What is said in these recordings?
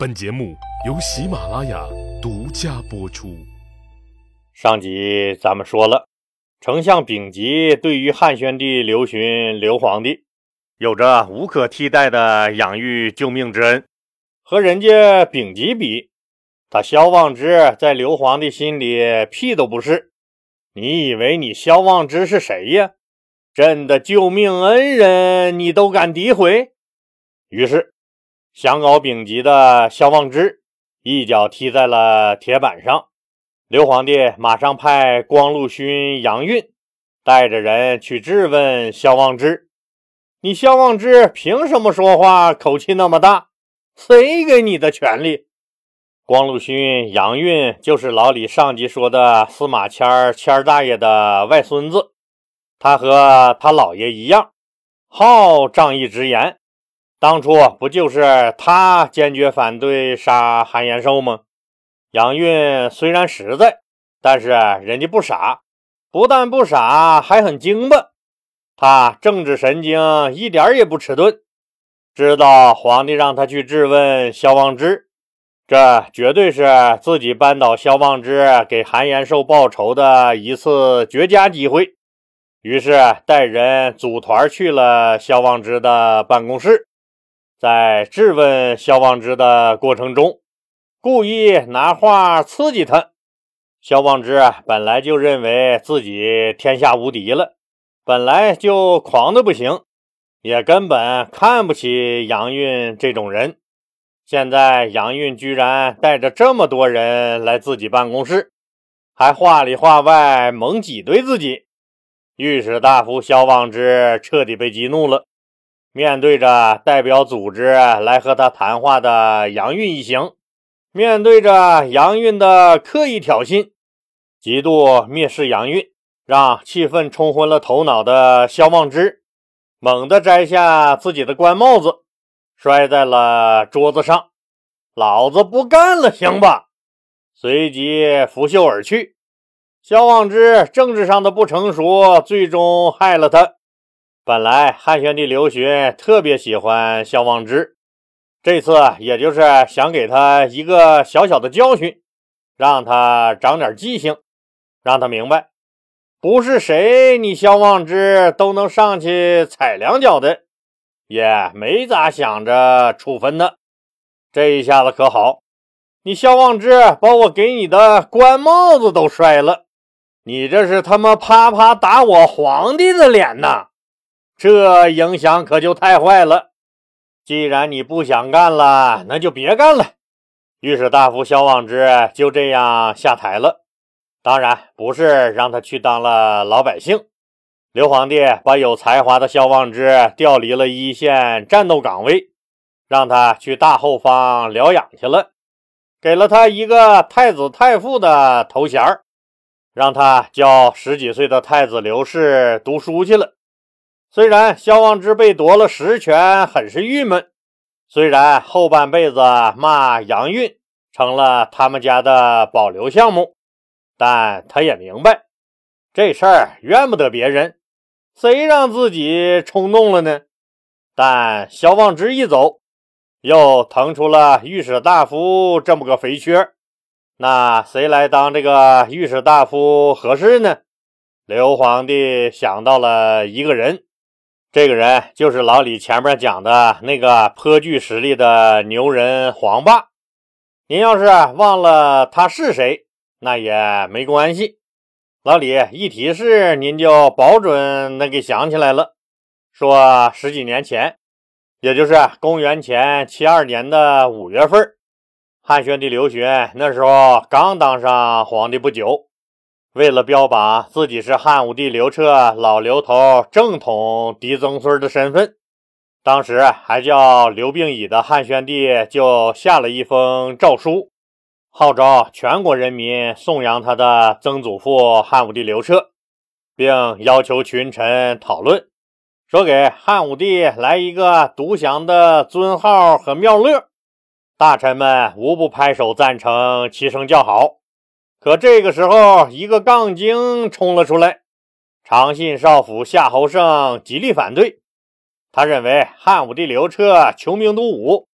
本节目由喜马拉雅独家播出。 上集咱们说了，丞相丙吉对于汉宣帝刘询刘皇帝有着无可替代的养育救命之恩，和人家丙吉比，他萧望之在刘皇帝心里屁都不是。你以为你萧望之是谁呀？朕的救命恩人你都敢诋毁？于是想搞丙吉的萧望之一脚踢在了铁板上。刘皇帝马上派光禄勋杨运带着人去质问萧望之，你萧望之凭什么说话口气那么大？谁给你的权利？光禄勋杨运就是老李上集说的司马迁谦大爷的外孙子，他和他姥爷一样好仗义直言，当初不就是他坚决反对杀韩延寿吗？杨运虽然实在，但是人家不傻，不但不傻，还很精吧。他政治神经一点也不迟钝，知道皇帝让他去质问萧望之，这绝对是自己扳倒萧望之给韩延寿报仇的一次绝佳机会。于是带人组团去了萧望之的办公室，在质问萧望之的过程中，故意拿话刺激他。萧望之本来就认为自己天下无敌了，本来就狂得不行，也根本看不起杨运这种人。现在杨运居然带着这么多人来自己办公室，还话里话外猛挤兑自己。御史大夫萧望之彻底被激怒了，面对着代表组织来和他谈话的杨运一行，面对着杨运的刻意挑衅，极度蔑视杨运，让气愤冲昏了头脑的萧望之猛地摘下自己的官帽子，摔在了桌子上，老子不干了，行吧？随即拂袖而去。萧望之政治上的不成熟最终害了他。本来汉宣帝刘询特别喜欢萧望之，这次也就是想给他一个小小的教训，让他长点记性，让他明白不是谁你萧望之都能上去踩两脚的，也没咋想着处分的。这一下子可好，你萧望之把我给你的官帽子都摔了，你这是他妈啪啪打我皇帝的脸呐，这影响可就太坏了。既然你不想干了，那就别干了。御史大夫萧望之就这样下台了，当然不是让他去当了老百姓。刘皇帝把有才华的萧望之调离了一线战斗岗位，让他去大后方疗养去了，给了他一个太子太傅的头衔，让他教10几岁的太子刘氏读书去了。虽然萧望之被夺了实权很是郁闷，虽然后半辈子骂杨运成了他们家的保留项目，但他也明白这事儿怨不得别人，谁让自己冲动了呢？但萧望之一走，又腾出了御史大夫这么个肥缺，那谁来当这个御史大夫合适呢？刘皇帝想到了一个人，这个人就是老李前面讲的那个颇具实力的牛人黄霸。您要是忘了他是谁，那也没关系，老李一提示您就保准能给想起来了。说10几年前，也就是公元前72年的5月份，汉宣帝刘询那时候刚当上皇帝不久，为了标榜自己是汉武帝刘彻老刘头正统嫡曾孙的身份，当时还叫刘病已的汉宣帝就下了一封诏书，号召全国人民颂扬他的曾祖父汉武帝刘彻，并要求群臣讨论，说给汉武帝来一个独享的尊号和庙乐。大臣们无不拍手赞成，齐声叫好。可这个时候一个杠精冲了出来，长信少府夏侯胜极力反对，他认为汉武帝刘彻穷兵黩武，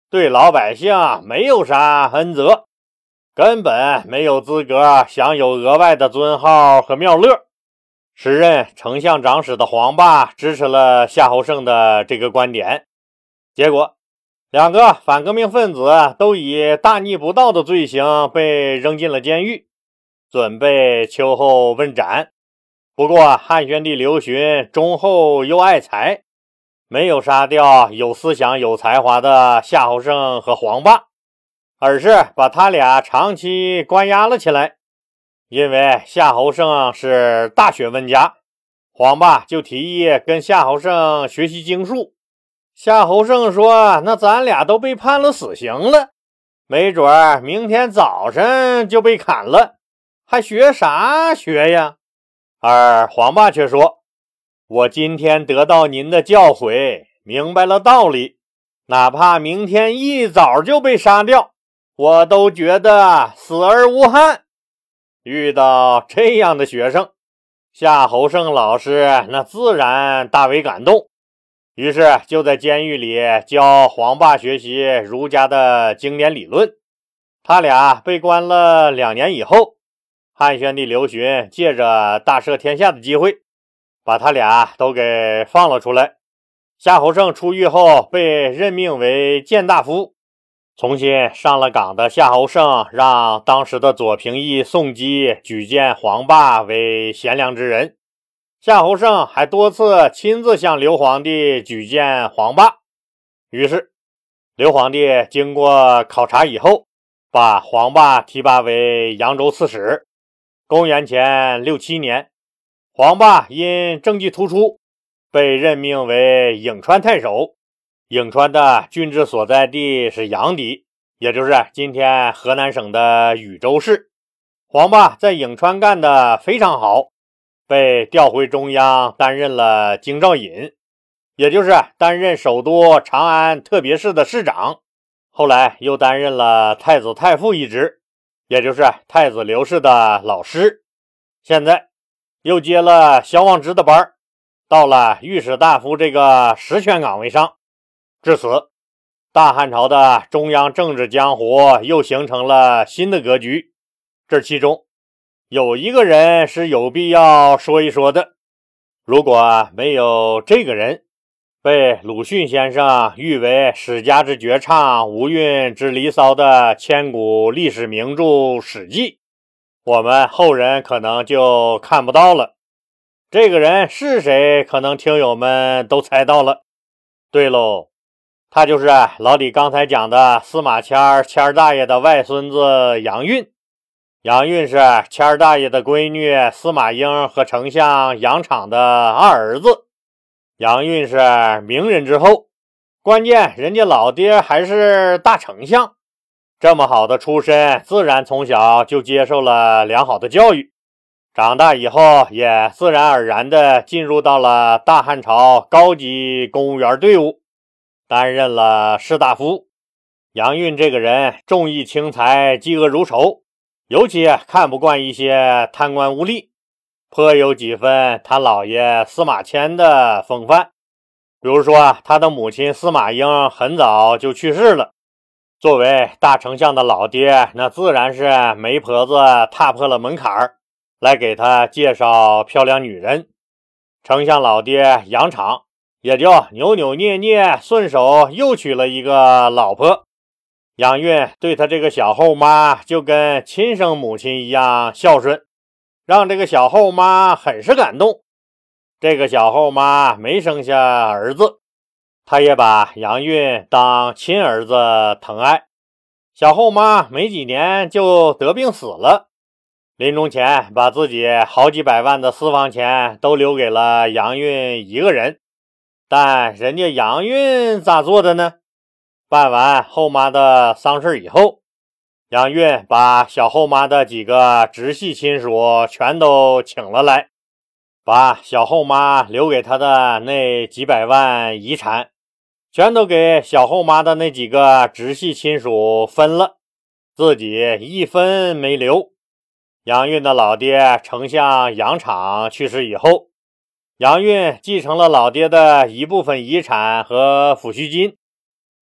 对老百姓没有啥恩泽，根本没有资格享有额外的尊号和庙乐。时任丞相长史的黄霸支持了夏侯胜的这个观点，结果两个反革命分子都以大逆不道的罪行被扔进了监狱，准备秋后问斩。不过汉宣帝刘询忠厚又爱才，没有杀掉有思想有才华的夏侯胜和黄霸，而是把他俩长期关押了起来。因为夏侯胜是大学问家，黄霸就提议跟夏侯胜学习经术。夏侯胜说，那咱俩都被判了死刑了，没准明天早晨就被砍了，还学啥学呀？而黄霸却说，我今天得到您的教诲，明白了道理，哪怕明天一早就被杀掉，我都觉得死而无憾。遇到这样的学生，夏侯胜老师那自然大为感动，于是就在监狱里教黄霸学习儒家的经典理论。他俩被关了2年以后，汉宣帝刘询借着大赦天下的机会，把他俩都给放了出来。夏侯胜出狱后被任命为谏大夫。重新上了岗的夏侯胜让当时的左平义宋基举荐黄霸为贤良之人。夏侯胜还多次亲自向刘皇帝举荐黄霸。于是刘皇帝经过考察以后，把黄霸提拔为扬州刺史。公元前6、7年，黄霸因政绩突出，被任命为颍川太守。颍川的郡治所在地是阳翟，也就是今天河南省的禹州市。黄霸在颍川干得非常好，被调回中央担任了京兆尹，也就是担任首都长安特别市的市长。后来又担任了太子太傅一职，也就是太子刘氏的老师。现在又接了萧望之的班，到了御史大夫这个实权岗位上。至此，大汉朝的中央政治江湖又形成了新的格局。这其中有一个人是有必要说一说的，如果没有这个人，被鲁迅先生誉为史家之绝唱，无韵之离骚的千古历史名著《史记》，我们后人可能就看不到了。这个人是谁，可能听友们都猜到了。对喽，他就是老李刚才讲的司马迁迁大爷的外孙子杨运。杨运是迁大爷的闺女司马英和丞相杨敞的二儿子。杨运是名人之后，关键人家老爹还是大丞相，这么好的出身，自然从小就接受了良好的教育，长大以后也自然而然地进入到了大汉朝高级公务员队伍，担任了士大夫。杨运这个人重义轻财，嫉恶如仇，尤其看不惯一些贪官污吏，颇有几分他姥爷司马迁的风范。比如说他的母亲司马英很早就去世了，作为大丞相的老爹，那自然是媒婆子踏破了门槛来给他介绍漂亮女人。丞相老爹杨敞也就扭扭捏捏，顺手又娶了一个老婆。杨运对他这个小后妈就跟亲生母亲一样孝顺，让这个小后妈很是感动。这个小后妈没生下儿子，她也把杨运当亲儿子疼爱。小后妈没几年就得病死了，临终前把自己好几百万的私房钱都留给了杨运一个人。但人家杨运咋做的呢？办完后妈的丧事以后，杨运把小后妈的几个直系亲属全都请了来，把小后妈留给他的那几百万遗产全都给小后妈的那几个直系亲属分了，自己一分没留。杨运的老爹丞相杨敞去世以后，杨运继承了老爹的一部分遗产和抚恤金，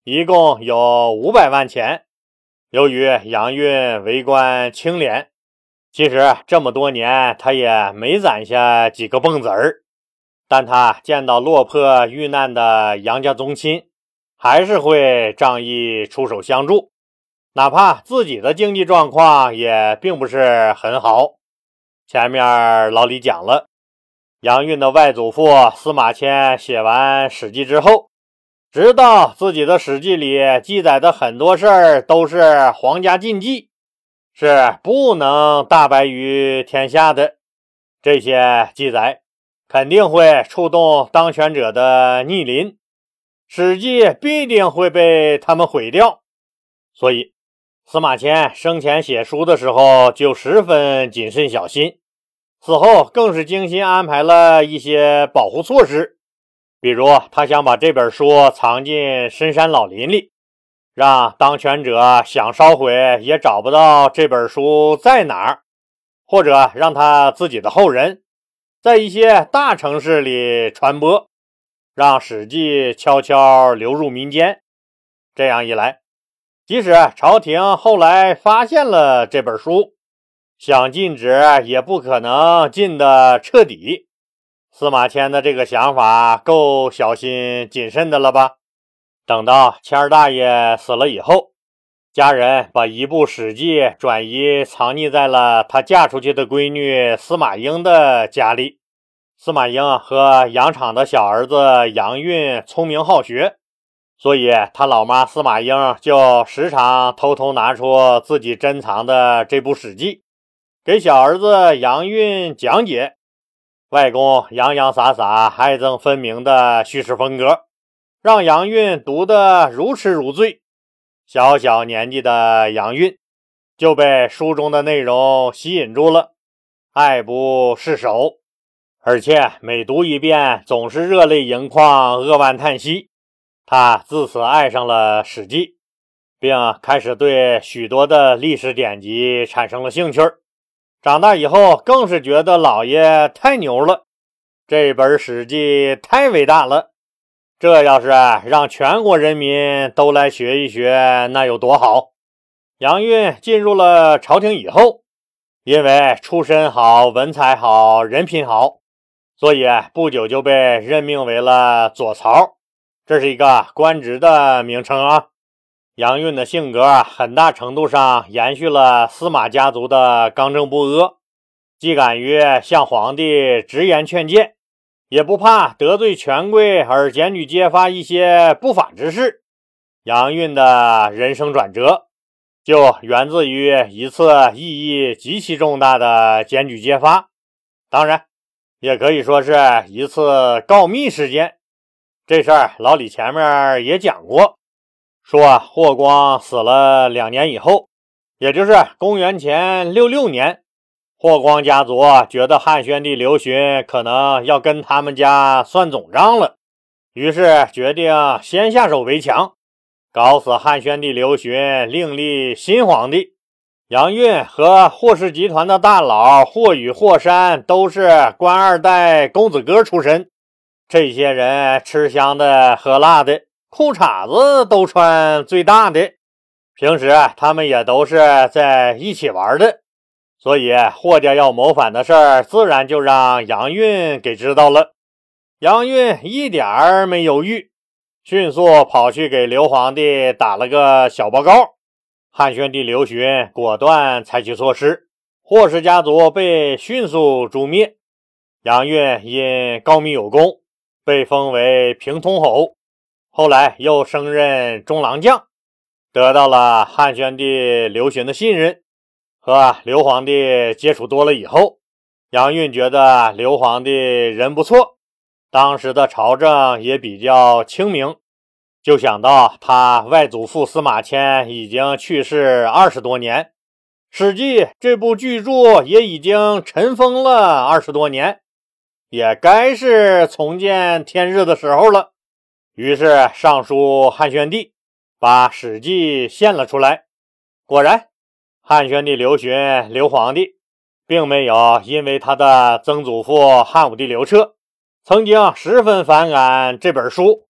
一共有500万钱。由于杨运为官清廉，其实这么多年他也没攒下几个蹦子儿，但他见到落魄遇难的杨家宗亲，还是会仗义出手相助，哪怕自己的经济状况也并不是很好。前面老李讲了，杨运的外祖父司马迁写完《史记》之后，知道自己的《史记》里记载的很多事儿都是皇家禁忌，是不能大白于天下的。这些记载肯定会触动当权者的逆鳞，《史记》必定会被他们毁掉。所以司马迁生前写书的时候就十分谨慎小心，死后更是精心安排了一些保护措施。比如他想把这本书藏进深山老林里，让当权者想烧毁也找不到这本书在哪儿，或者让他自己的后人在一些大城市里传播，让《史记》悄悄流入民间。这样一来，即使朝廷后来发现了这本书，想禁止也不可能禁得彻底。司马迁的这个想法够小心谨慎的了吧？等到谦儿大爷死了以后，家人把一部《史记》转移藏匿在了他嫁出去的闺女司马英的家里。司马英和杨敞的小儿子杨运聪明好学，所以他老妈司马英就时常偷偷拿出自己珍藏的这部《史记》，给小儿子杨运讲解。外公洋洋洒洒、爱憎分明的叙事风格，让杨运读得如痴如醉。小小年纪的杨运就被书中的内容吸引住了，爱不释手，而且每读一遍总是热泪盈眶、扼腕叹息。他自此爱上了《史记》，并开始对许多的历史典籍产生了兴趣。长大以后更是觉得老爷太牛了，这本《史记》太伟大了，这要是让全国人民都来学一学，那有多好。杨运进入了朝廷以后，因为出身好、文采好、人品好，所以不久就被任命为了左曹，这是一个官职的名称啊。杨运的性格很大程度上延续了司马家族的刚正不阿，既敢于向皇帝直言劝谏，也不怕得罪权贵而检举揭发一些不法之事。杨运的人生转折就源自于一次意义极其重大的检举揭发，当然也可以说是一次告密事件。这事儿老李前面也讲过，说霍光死了2年以后，也就是公元前66年，霍光家族觉得汉宣帝刘询可能要跟他们家算总账了，于是决定先下手为强，搞死汉宣帝刘询，另立新皇帝。杨运和霍氏集团的大佬霍宇、霍山都是官二代公子哥出身，这些人吃香的喝辣的，裤衩子都穿最大的，平时他们也都是在一起玩的，所以霍家要谋反的事儿自然就让杨运给知道了。杨运一点儿没犹豫，迅速跑去给刘皇帝打了个小报告。汉宣帝刘询果断采取措施，霍氏家族被迅速诛灭。杨运因告密有功，被封为平通侯，后来又升任中郎将，得到了汉宣帝刘询的信任。和刘皇帝接触多了以后，杨运觉得刘皇帝人不错，当时的朝政也比较清明，就想到他外祖父司马迁已经去世20多年，《史记》这部巨著也已经尘封了20多年，也该是重见天日的时候了。于是上书汉宣帝，把《史记》献了出来。果然汉宣帝刘询刘皇帝并没有因为他的曾祖父汉武帝刘彻曾经十分反感这本书，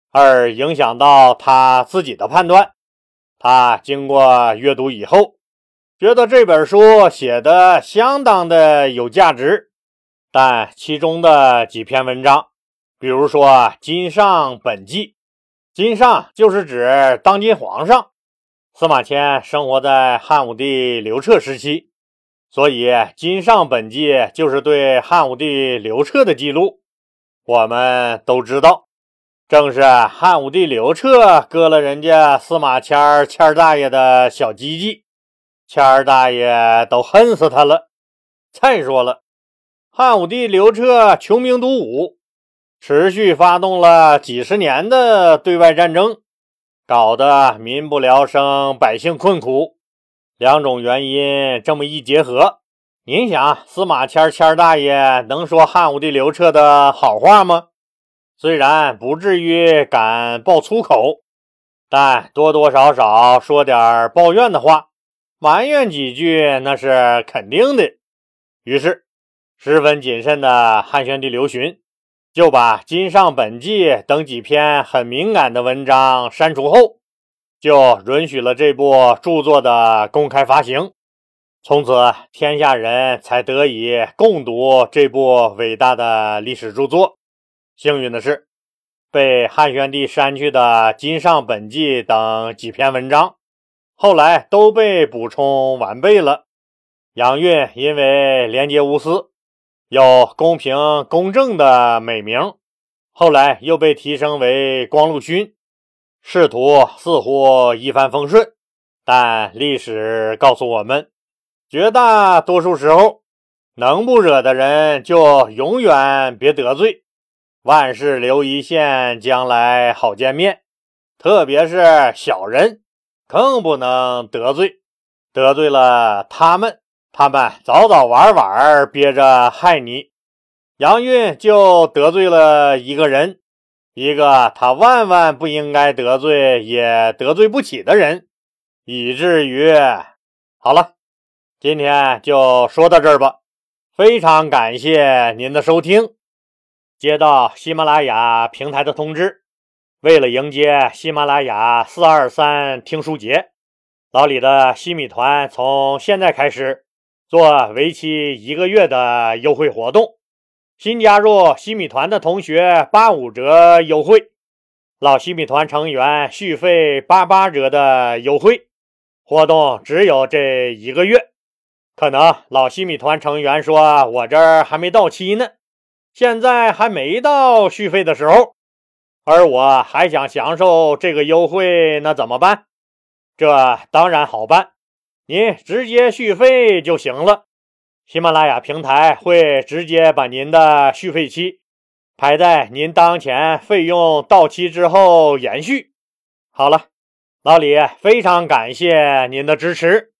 而影响到他自己的判断。他经过阅读以后，觉得这本书写的相当的有价值，但其中的几篇文章，比如说《金上本纪》，金上就是指当今皇上。司马迁生活在汉武帝刘彻时期，所以《金上本纪》就是对汉武帝刘彻的记录。我们都知道，正是汉武帝刘彻割了人家司马迁大爷的小鸡鸡，迁大爷都恨死他了。再说了，汉武帝刘彻穷兵黩武，持续发动了几十年的对外战争，搞得民不聊生，百姓困苦。两种原因这么一结合，您想司马迁大爷能说汉武帝刘彻的好话吗？虽然不至于敢爆粗口，但多多少少说点抱怨的话，埋怨几句那是肯定的。于是十分谨慎的汉宣帝刘询就把《金上本纪》等几篇很敏感的文章删除后，就允许了这部著作的公开发行。从此天下人才得以共读这部伟大的历史著作。幸运的是，被汉宣帝删去的《金上本纪》等几篇文章后来都被补充完备了。杨运因为廉洁无私，有公平公正的美名，后来又被提升为光禄勋，仕途似乎一帆风顺。但历史告诉我们，绝大多数时候，能不惹的人就永远别得罪，万事留一线，将来好见面。特别是小人更不能得罪，得罪了他们早早晚晚憋着害你。杨运就得罪了一个人，一个他万万不应该得罪也得罪不起的人，以至于好了，今天就说到这儿吧。非常感谢您的收听。接到喜马拉雅平台的通知，为了迎接喜马拉雅423听书节，老李的西米团从现在开始做为期1个月的优惠活动。新加入西米团的同学85折优惠，老西米团成员续费88折的优惠。活动只有这1个月。可能老西米团成员说，我这儿还没到期呢，现在还没到续费的时候，而我还想享受这个优惠，那怎么办？这当然好办，您直接续费就行了。喜马拉雅平台会直接把您的续费期排在您当前费用到期之后延续。好了，老李非常感谢您的支持。